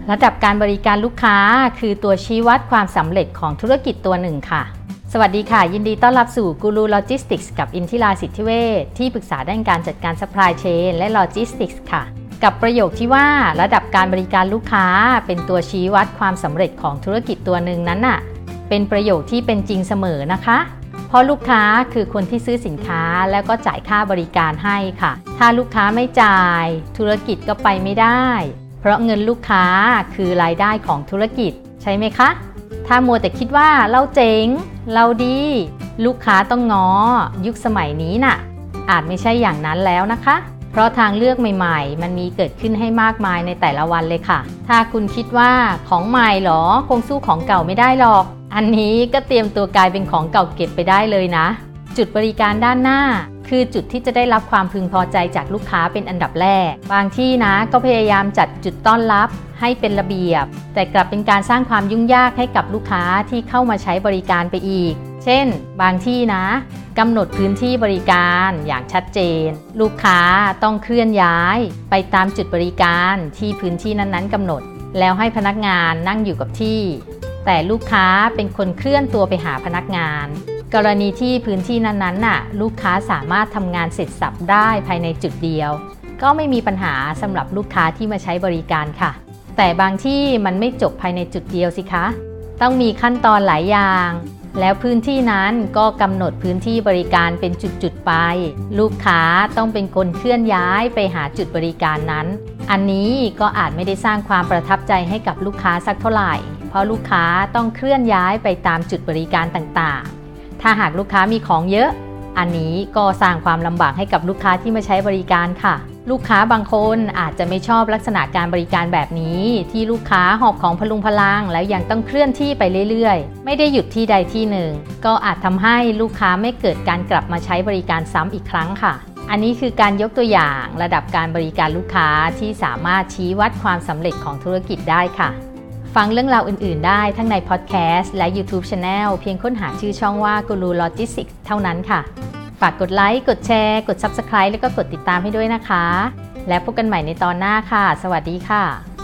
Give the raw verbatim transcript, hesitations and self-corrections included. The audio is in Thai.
ระดับการบริการลูกค้าคือตัวชี้วัดความสำเร็จของธุรกิจตัวหนึ่งค่ะสวัสดีค่ะยินดีต้อนรับสู่กูรูโลจิสติกส์กับอินทิราสิทธิเวชที่ปรึกษาด้านการจัดการซัพพลายเชนและโลจิสติกส์ค่ะกับประโยคที่ว่าระดับการบริการลูกค้าเป็นตัวชี้วัดความสำเร็จของธุรกิจตัวหนึ่งนั้นน่ะเป็นประโยคที่เป็นจริงเสมอนะคะเพราะลูกค้าคือคนที่ซื้อสินค้าแล้วก็จ่ายค่าบริการให้ค่ะถ้าลูกค้าไม่จ่ายธุรกิจก็ไปไม่ได้เพราะเงินลูกค้าคือรายได้ของธุรกิจใช่ไหมคะถ้ามัวแต่คิดว่าเราเจ๋งเราดีลูกค้าต้องง้อยุคสมัยนี้น่ะอาจไม่ใช่อย่างนั้นแล้วนะคะเพราะทางเลือกใหม่ๆมันมีเกิดขึ้นให้มากมายในแต่ละวันเลยค่ะถ้าคุณคิดว่าของใหม่หรอคงสู้ของเก่าไม่ได้หรอกอันนี้ก็เตรียมตัวกลายเป็นของเก่าเก็บไปได้เลยนะจุดบริการด้านหน้าคือจุดที่จะได้รับความพึงพอใจจากลูกค้าเป็นอันดับแรกบางที่นะก็พยายามจัดจุดต้อนรับให้เป็นระเบียบแต่กลับเป็นการสร้างความยุ่งยากให้กับลูกค้าที่เข้ามาใช้บริการไปอีกเช่นบางที่นะกำหนดพื้นที่บริการอย่างชัดเจนลูกค้าต้องเคลื่อนย้ายไปตามจุดบริการที่พื้นที่นั้นๆกำหนดแล้วให้พนักงานนั่งอยู่กับที่แต่ลูกค้าเป็นคนเคลื่อนตัวไปหาพนักงานกรณีที่พื้นที่นั้นๆน่ะลูกค้าสามารถทำงานเสร็จสับได้ภายในจุดเดียวก็ไม่มีปัญหาสำหรับลูกค้าที่มาใช้บริการค่ะแต่บางที่มันไม่จบภายในจุดเดียวสิคะต้องมีขั้นตอนหลายอย่างแล้วพื้นที่นั้นก็กำหนดพื้นที่บริการเป็นจุดๆไปลูกค้าต้องเป็นคนเคลื่อนย้ายไปหาจุดบริการนั้นอันนี้ก็อาจไม่ได้สร้างความประทับใจให้กับลูกค้าสักเท่าไหร่เพราะลูกค้าต้องเคลื่อนย้ายไปตามจุดบริการต่างๆถ้าหากลูกค้ามีของเยอะอันนี้ก็สร้างความลำบากให้กับลูกค้าที่มาใช้บริการค่ะลูกค้าบางคนอาจจะไม่ชอบลักษณะการบริการแบบนี้ที่ลูกค้าหอบของพลุงพลังแล้วยังต้องเคลื่อนที่ไปเรื่อยๆไม่ได้หยุดที่ใดที่หนึ่งก็อาจทำให้ลูกค้าไม่เกิดการกลับมาใช้บริการซ้ำอีกครั้งค่ะอันนี้คือการยกตัวอย่างระดับการบริการลูกค้าที่สามารถชี้วัดความสำเร็จของธุรกิจได้ค่ะฟังเรื่องราวอื่นๆได้ทั้งในพอดแคสต์และ YouTube Channel เพียงค้นหาชื่อช่องว่า Guru Logistics เท่านั้นค่ะฝากกดไลค์กดแชร์กด Subscribe แล้วก็กดติดตามให้ด้วยนะคะแล้วพบกันใหม่ในตอนหน้าค่ะสวัสดีค่ะ